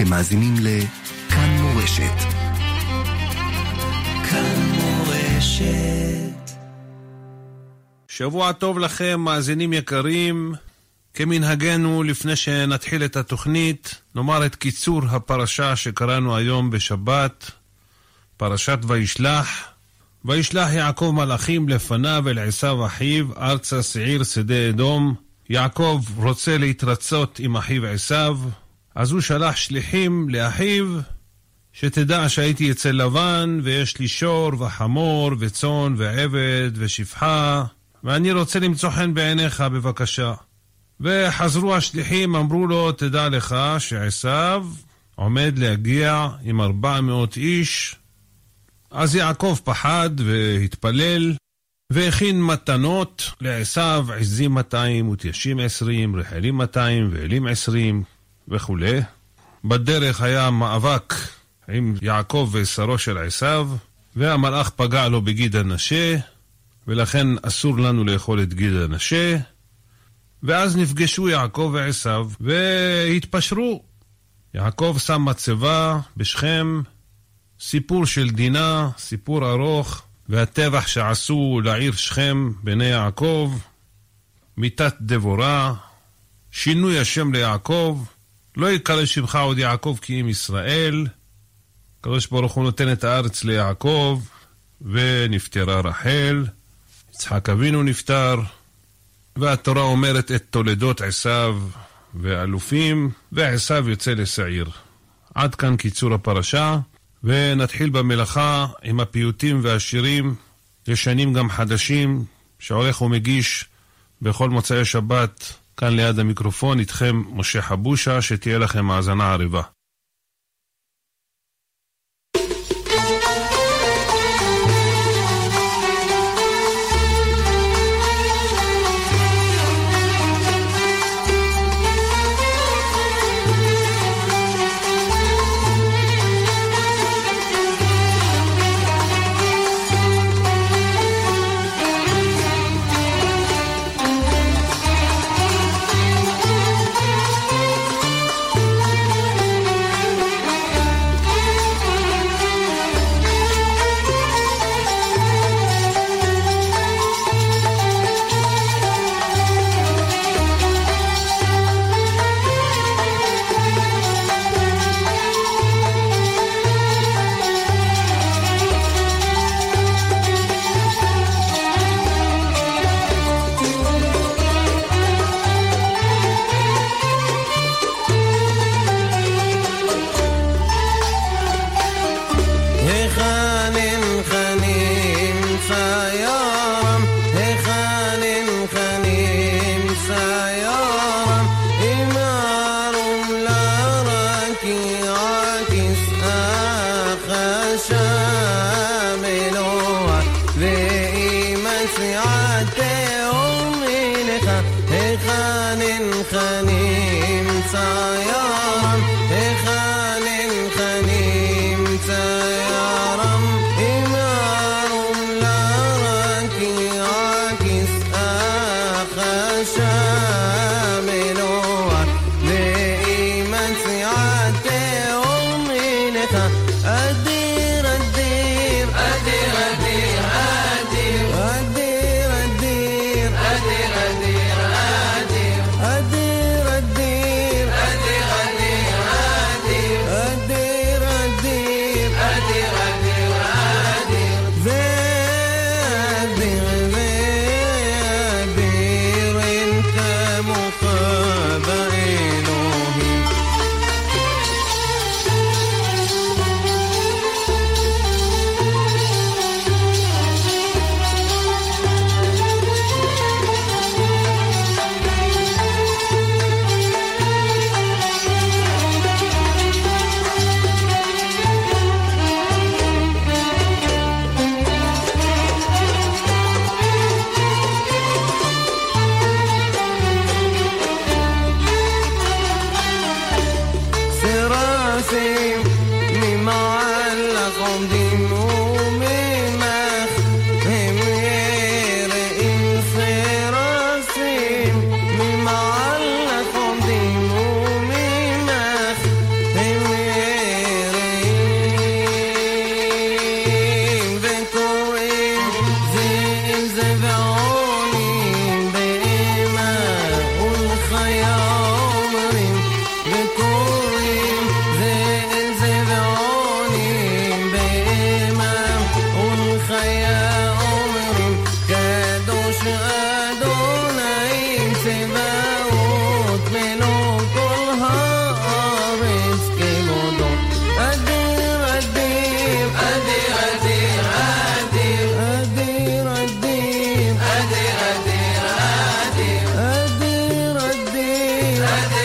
אתם מאזינים לכאן מורשת. כאן מורשת. שבוע טוב לכם, מאזינים יקרים. כמנהגנו, לפני שנתחיל את התוכנית, נאמר את קיצור הפרשה שקראנו היום בשבת, פרשת וישלח. וישלח יעקב מלאכים לפניו אל עשיו אחיו, ארצה שעיר שדה אדום. יעקב רוצה להתרצות עם אחיו עשיו, אז הוא שלח שליחים לאחיו, שתדע שהייתי אצל לבן, ויש לי שור וחמור וצאן ועבד ושפחה, ואני רוצה למצוא חן בעיניך בבקשה. וחזרו השליחים, אמרו לו, תדע לך שעשיו עומד להגיע עם 400 איש. אז יעקב פחד והתפלל, והכין מתנות לעשיו, עזים 200 ותיישים 20, רחלים 200 ואלים 20 וכו'. בדרך היה מאבק עם יעקב ושרו של עשיו, והמלאך פגע לו בגיד הנשה, ולכן אסור לנו לאכול את גיד הנשה. ואז נפגשו יעקב ועשיו והתפשרו. יעקב שם מצבה בשכם, סיפור של דינה, סיפור ארוך, והטבח שעשו לעיר שכם בני יעקב, מיתת דבורה, שינוי השם ליעקב, לא יקרא שמך עוד יעקב כי אם ישראל. הקדוש ברוך הוא נותן את הארץ ליעקב, ונפטרה רחל, יצחק אבינו נפטר, והתורה אומרת את תולדות עשיו ואלופים, ועשיו יוצא לשעיר. עד כאן קיצור הפרשה, ונתחיל במלאכה עם הפיוטים והשירים, ישנים גם חדשים, שעורך ומגיש בכל מוצאי שבת, כאן ליד המיקרופון, איתכם משה חבושה, שתהיה לכם האזנה עריבה. ذا צבאות מלוא כל הארץ כבודו. אדיר אדיר אדיר אדיר אדיר אדיר אדיר אדיר אדיר אדיר אדיר אדיר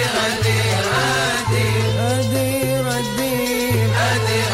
אדיר אדיר אדיר אדיר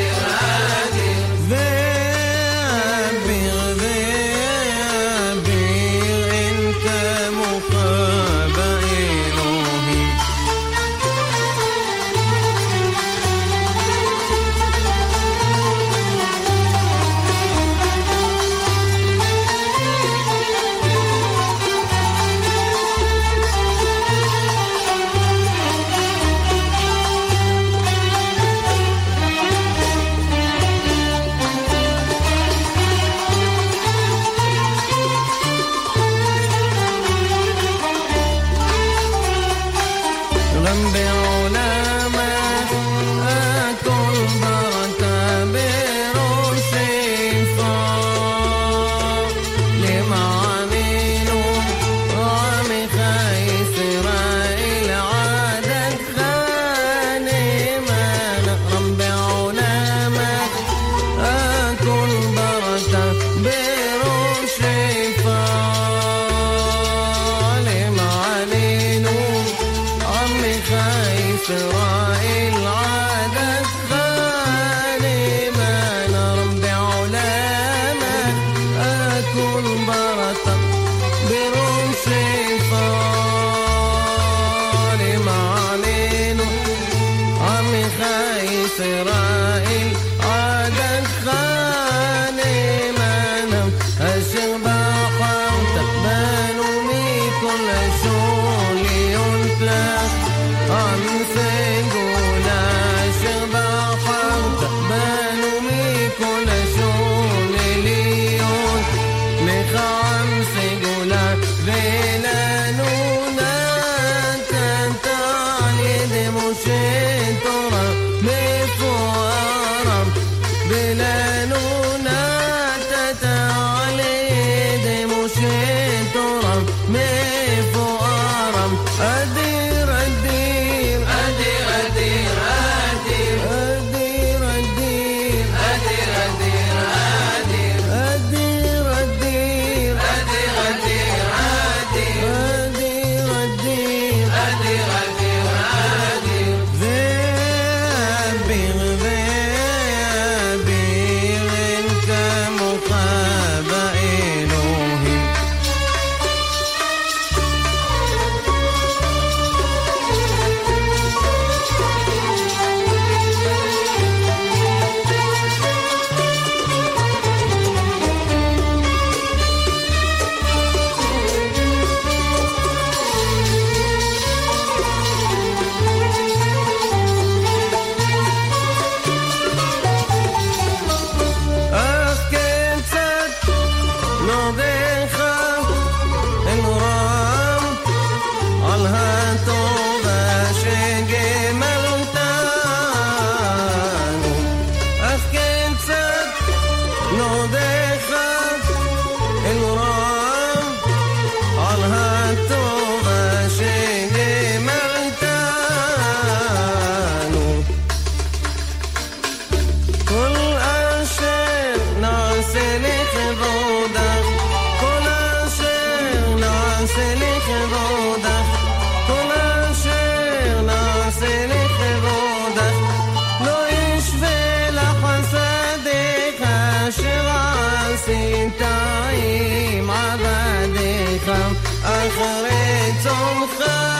אחרי צומך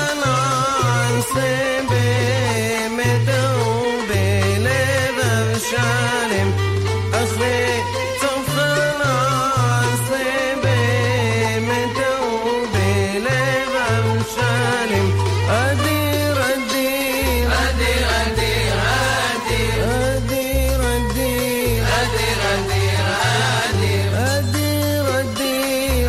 נעשה באמת ובלב שלם אחרי צומך נעשה באמת ובלב שלם אדיר אדיר אדיר אדיר אדיר אדיר אדיר אדיר אדיר אדיר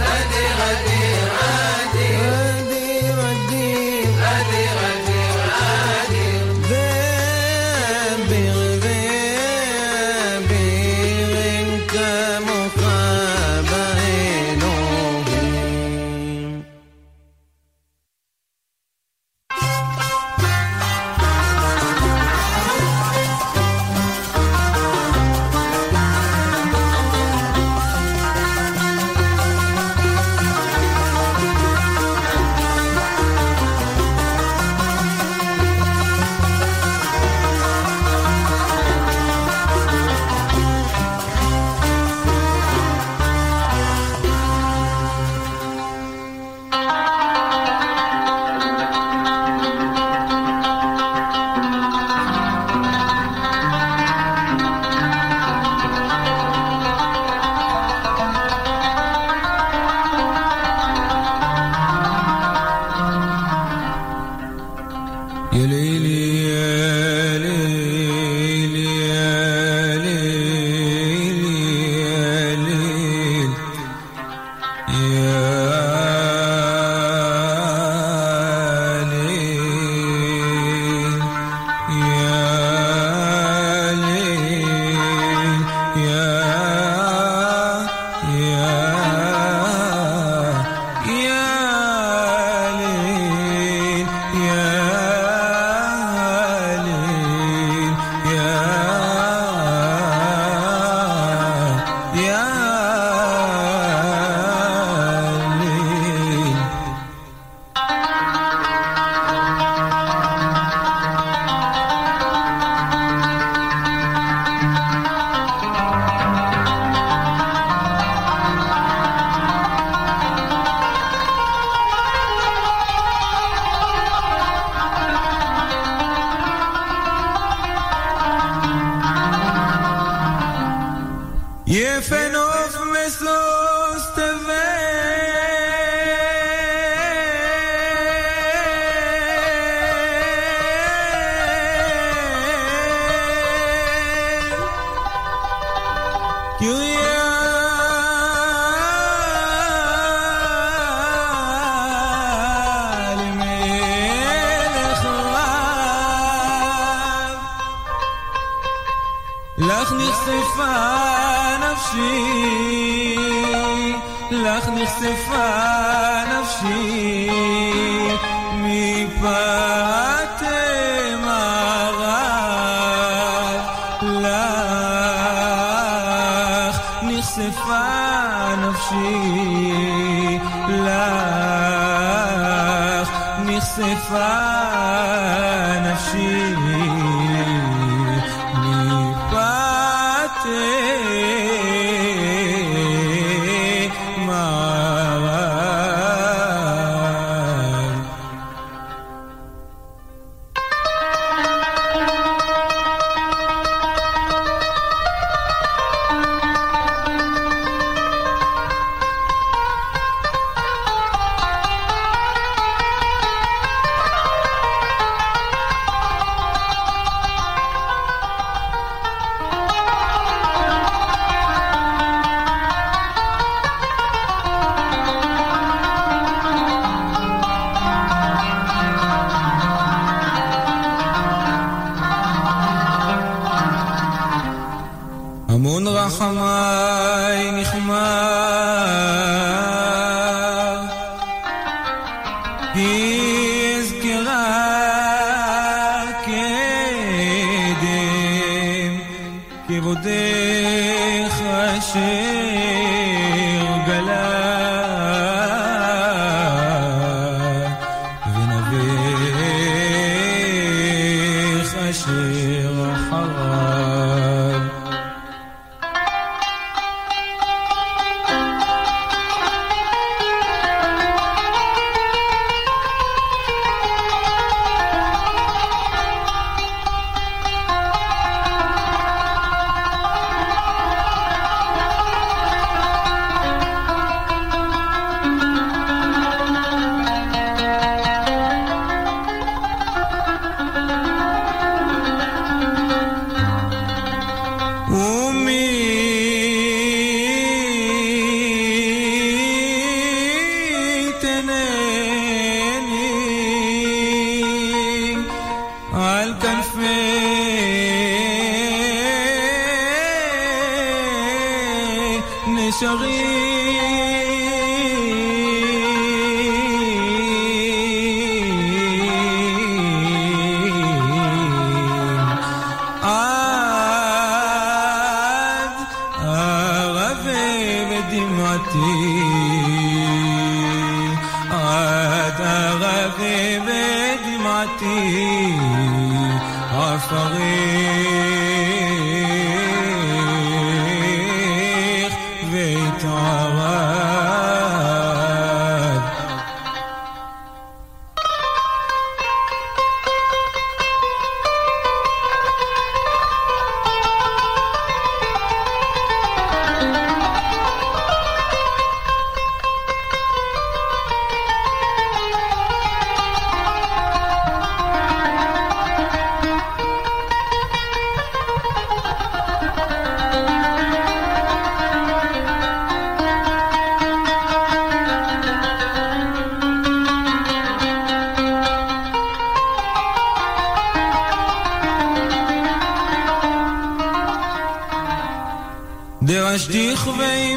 רשתי חווי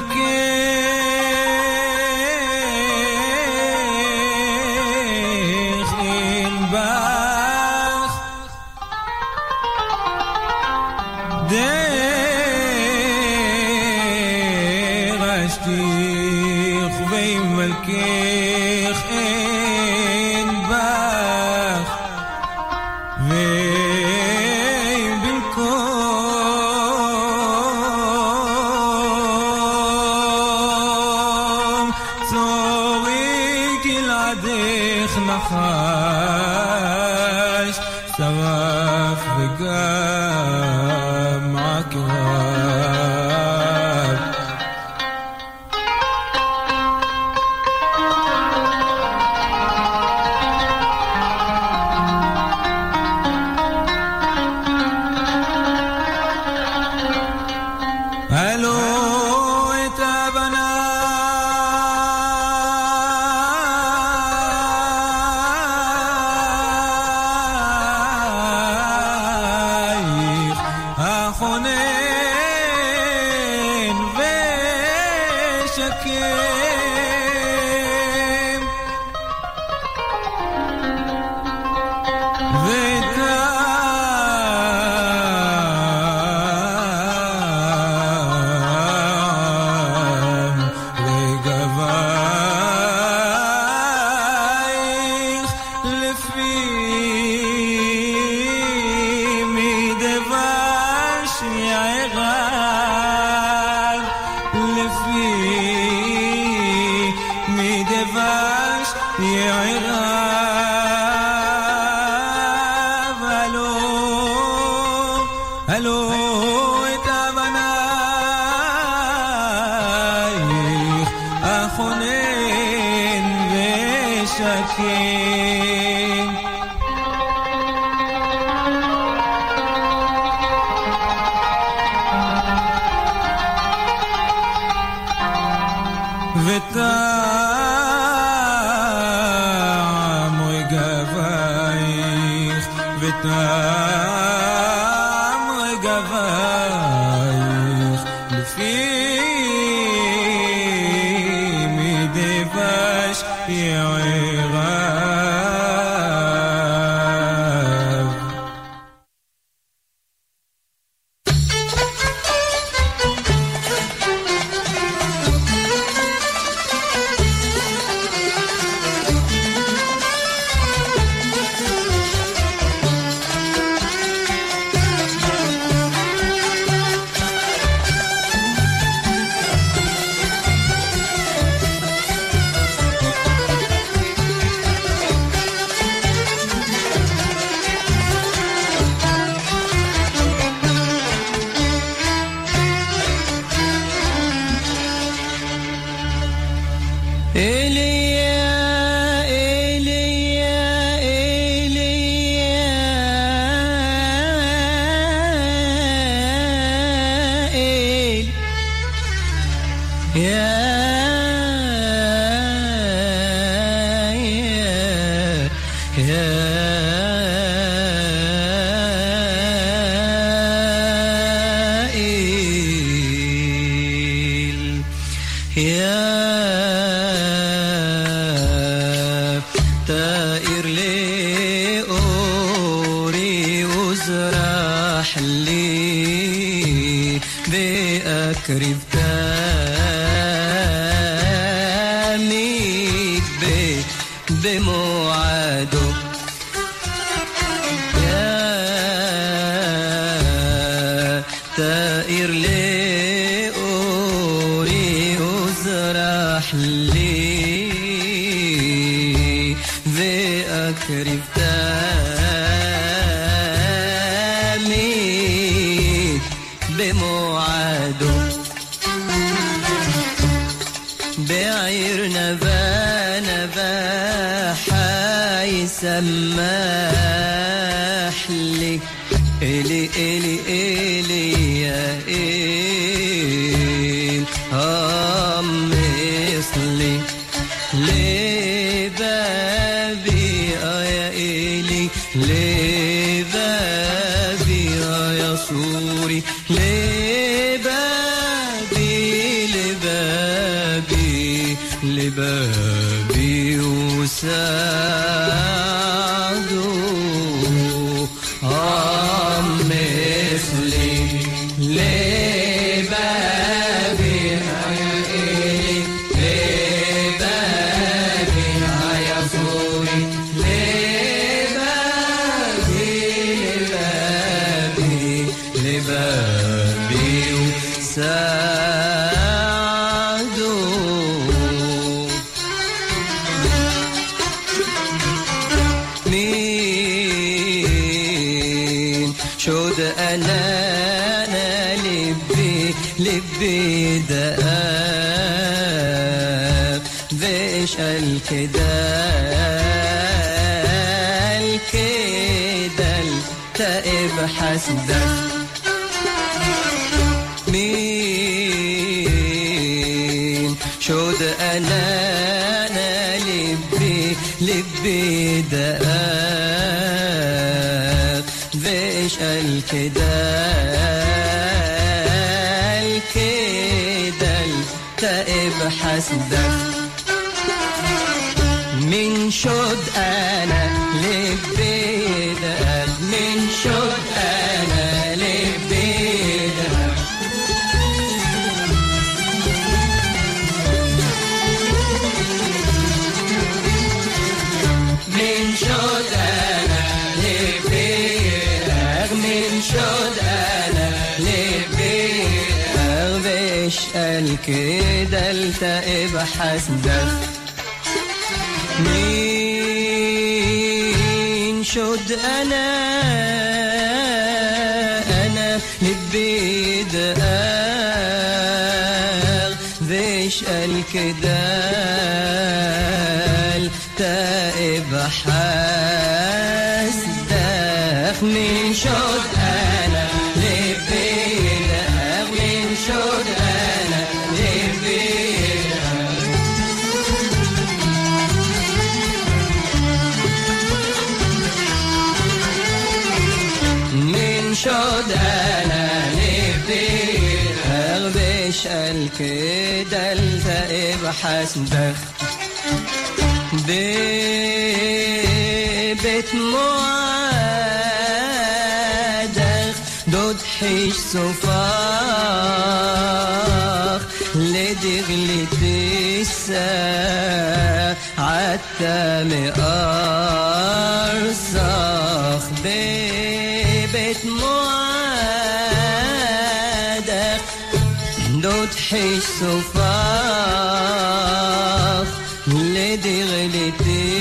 מלכך אין בך רשתי חווי מלכך אין בך נחש שרף וגם עקרב הלו את הבנה لبابي يا سوري لبابي سعدو مثلي لبابي لبابي يا صوري لبابي لبابي لبابي سعدو مين شود أنا لبي دقاق بيش الكدال تائب حسدك مين شود أنا لبي دقاق بيش الكدال تائب حسدك من شد أنا لبيدك من شد أنا لبيدك من شد أنا لبيدك من شد أنا لبيدك بيش الكده التائب حسدك مين شد أنا لبي دقاق بيش الكدال تائب حسدك من شد أنا لبي دقاق من شد أنا لبي شد أنا لبيك أغبش الكدة التائب حسدك ببيت معادك دود حيش صفاخ لدغلت الساعة عالتام أرصاخ بيت معادك دود حيش صفاخ لدغلت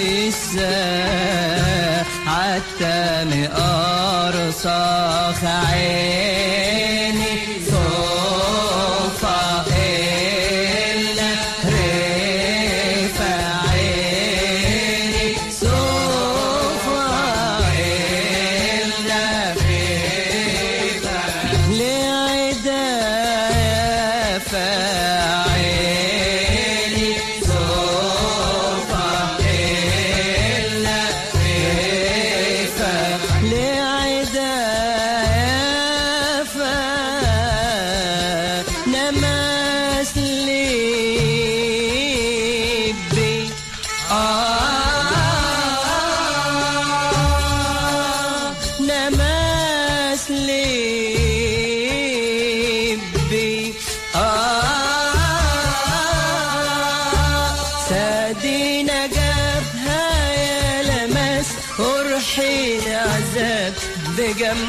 الساعة عالتام أرصاخ عيني صفا إلا رفع عيني صفا إلا رفع لعدا فعيني صفا إلا رفع لعدا نمس لبي نمس لبي سادينا جابها يا لمس أرحي عذاب بقى من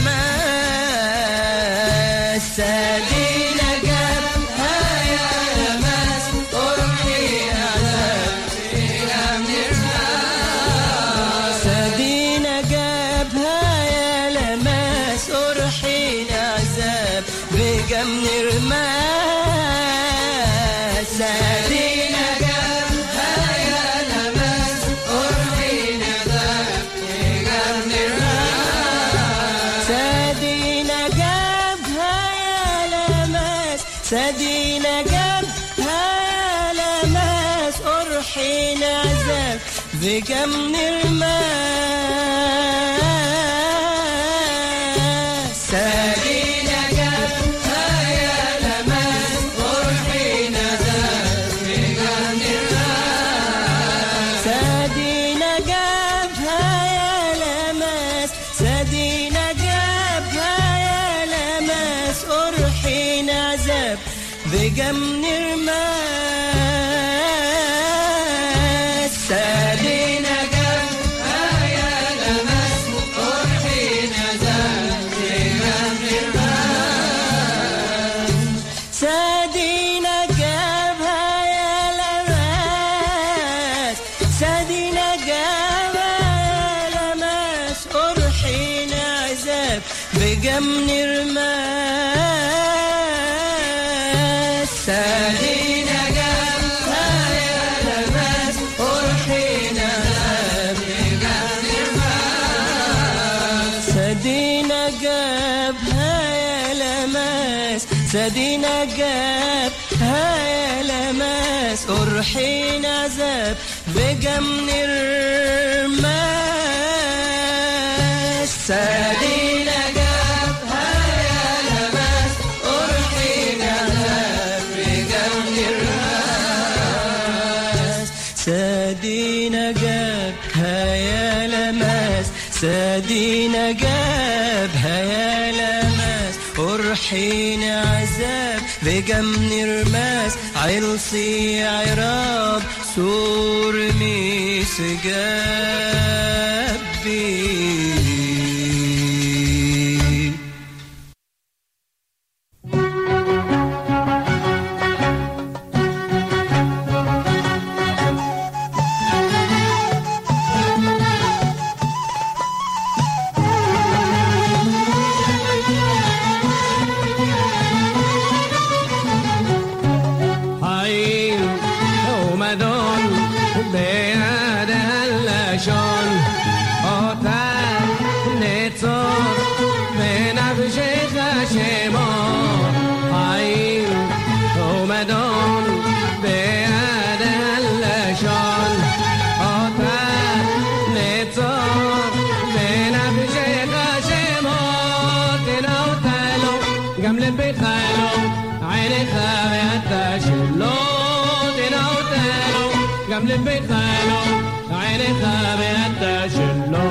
رماس سادينا جابها يا لمس أرحي عذاب بقى من رماس سادينا جابها يا لمس أرحي عذاب بقى من رماس سادينا جابها يا لمس أرحي عذاب بقى من رماس سادينا جابها يا لمس سادينا جابها يا لمس أرحي عذاب بقى من رماس سادينا جابها يا لمس أرحي عذاب بقى من رماس וגם נרמס סדי נגב היה למס אורחי נזל וגם נרמס סדי נגב היה למס סדי נגב היה למס אורחי נזל וגם נרמס سادي نقاب هيا لمس أرحينا بقاب نرمس سادي نقاب هيا لمس سادي نقاب هيا لمس أرحينا زاب بقاب نرمس سادي نقاب هيا لمس أرحينا زاب سادي نقاب هيا لمس سادي نقاب هيا لمس أرحين عذاب بقم نرماس عرصي عراب سور ميس قابي גם לביתך לא, עיניך ואתה שלו.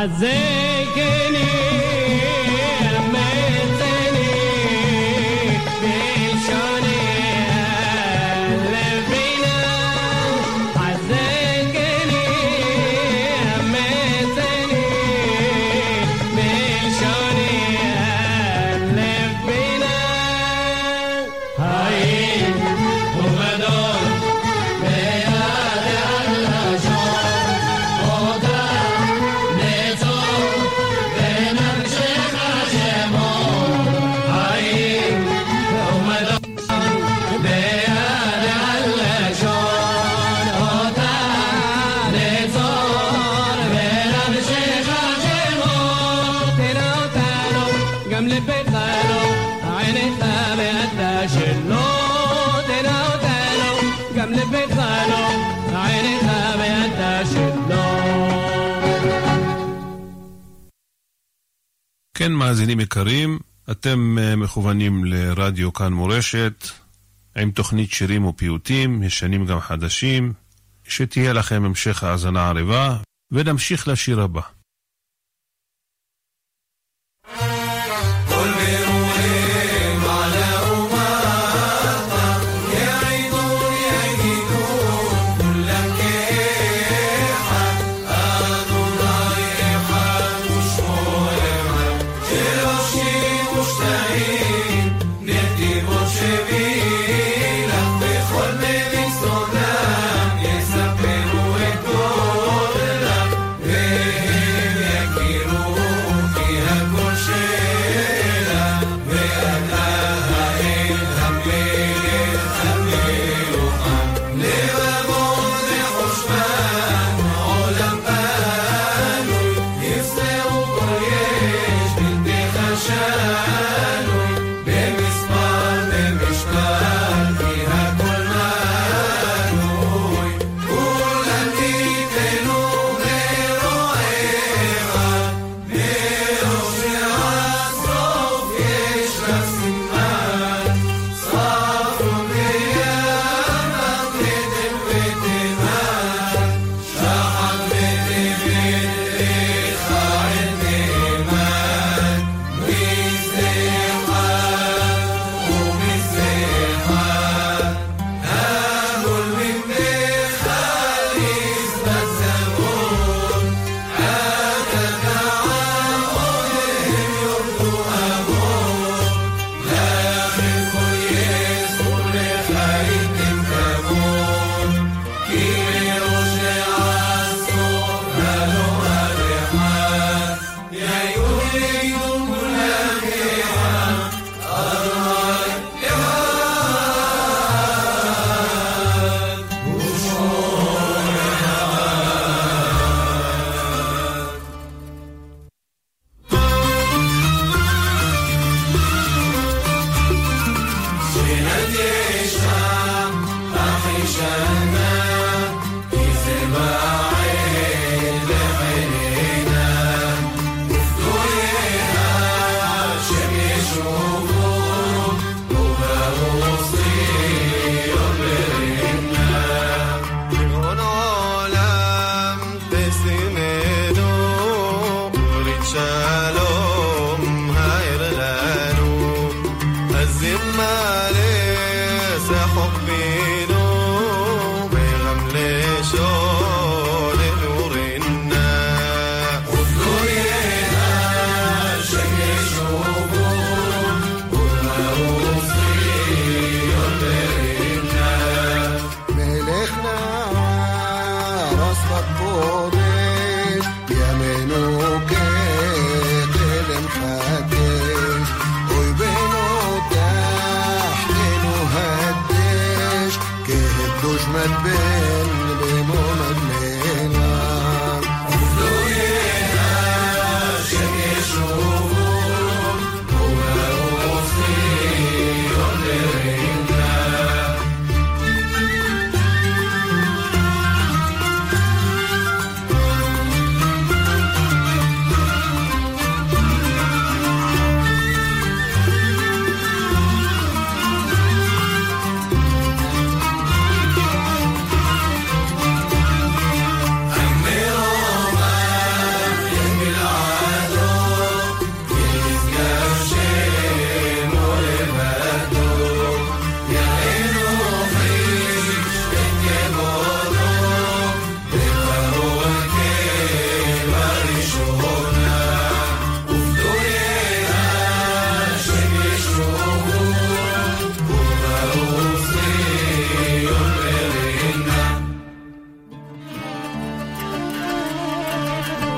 حزكني أمتني بلشوني لبينا حزكني أمتني بلشوني لبينا هاي ومدون بياد على شور ودا نزور بنمشيخ عشمون هاي ومدون بياد على شور ودا نزور بنمشيخ عشمون تناوتانو قم لبيتانو عيني ثابي الداشلو تناوتانو قم لبيتانو عيني ثابي الداشلو כן, מאזינים יקרים, אתם מכוונים לרדיו כאן מורשת, עם תוכנית שירים ופיוטים, ישנים גם חדשים, שתהיה לכם המשך האזנה ערבה, ונמשיך לשיר הבא.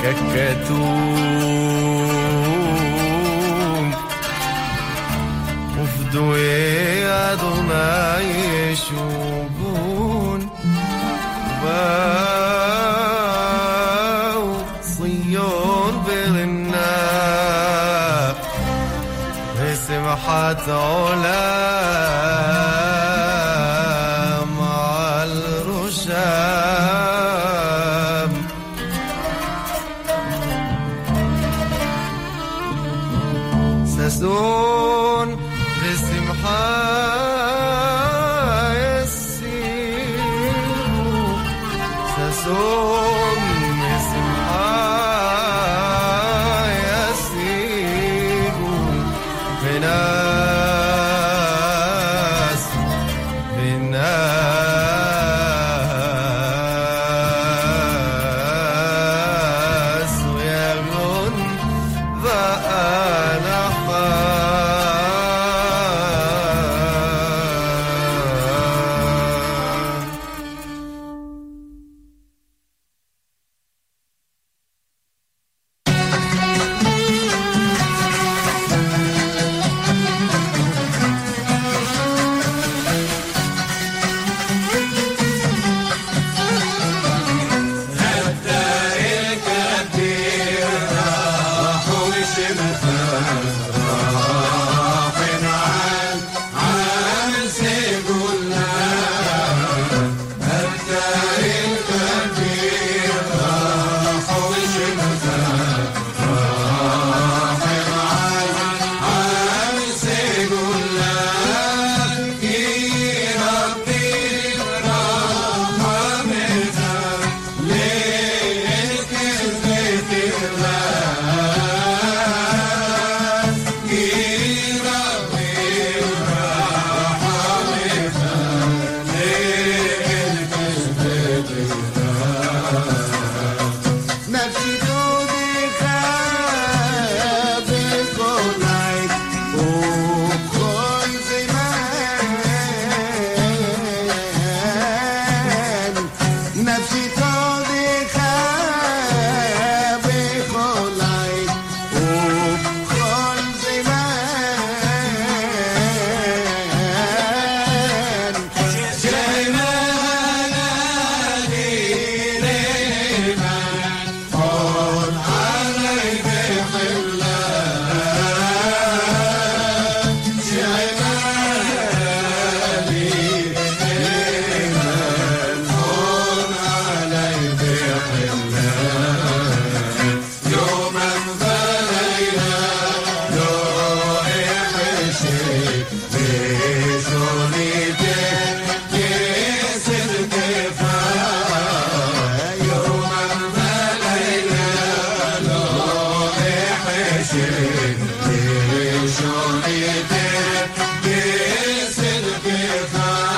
ככתוב ופדויי אדוני ישובון באו ציון ברנה ושמחת עולם על ראשם ששון ושמחה יסירו ששון ושמחה יסירו ונס ונס ויגון ואנחה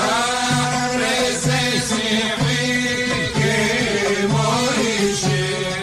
Moishe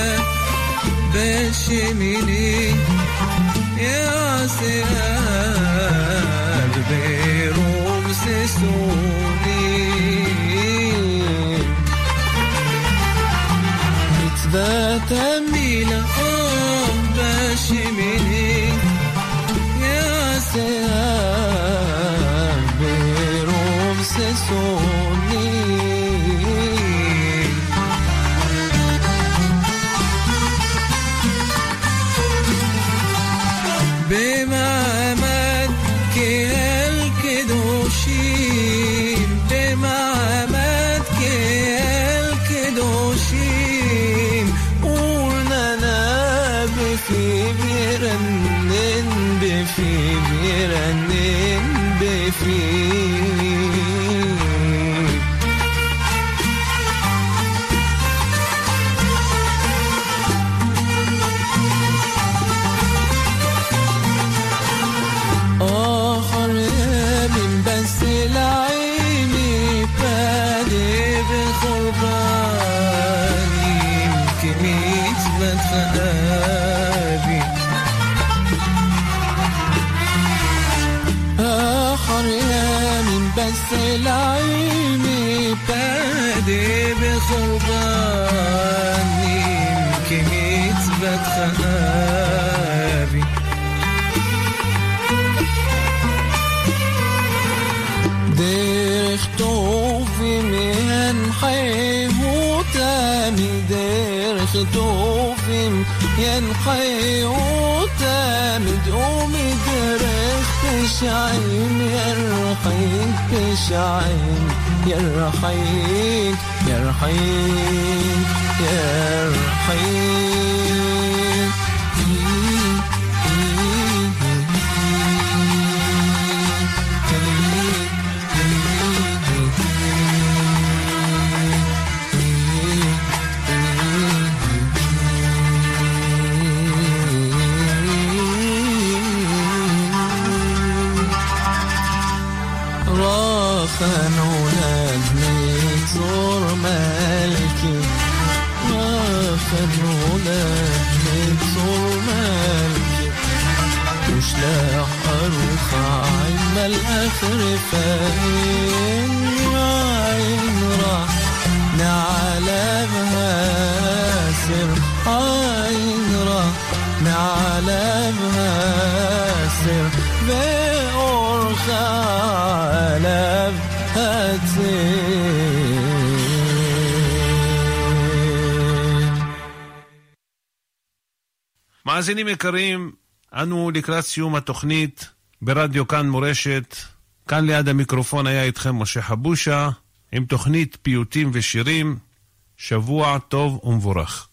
בשמיני יעשה ברוב ססוני מצוות המילה בשמיני יעשה ברוב ססוני במעמד כאל קדושים במעמד כאל קדושים ורננה בפיו ירנן בפיו ירנן בפיו العين بادي بخربانين كميتبت خنابي دير خطوفي من حيوتامي دير خطوفي من حيوتامي دومي درخ بشعين يرحيك بشعين يرحيك يرحيك يرحيك نولد نزور ملكي نولد نزور ملكي وشلاح أروح عين الآخر فين عين راح نعلمها سر عين راح نعلمها سر بأورخ علم מאזינים יקרים, אנו לקראת סיום התוכנית ברדיו כאן מורשת. כאן ליד המיקרופון היה איתכם משה חבושה עם תוכנית פיוטים ושירים. שבוע טוב ומבורך.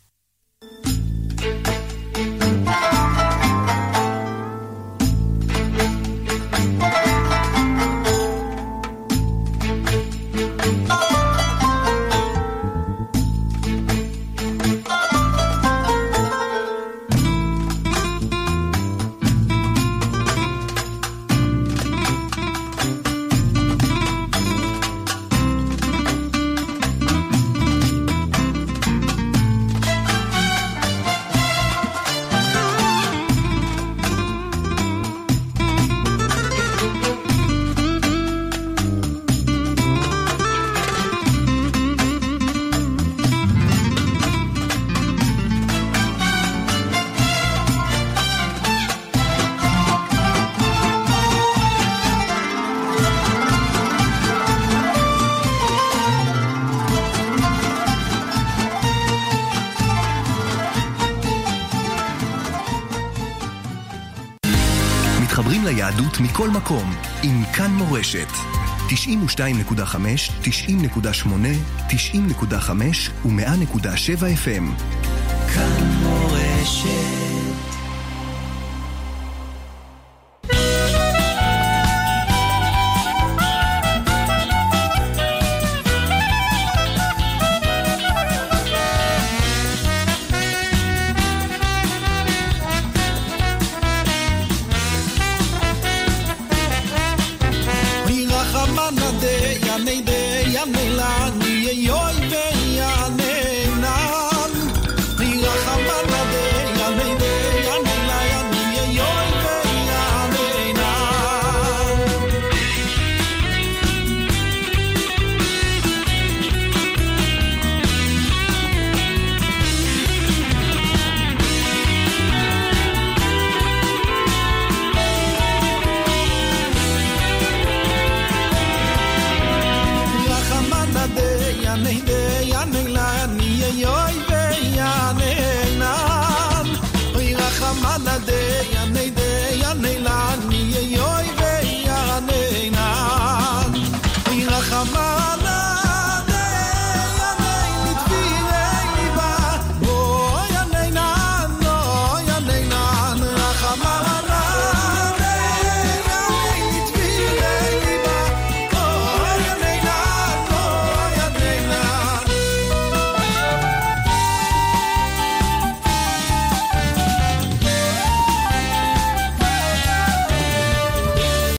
מתחברים ליהדות מכל מקום עם כאן מורשת 92.5, 90.8, 90.5 ו100.7 FM. כאן מורשת. Yo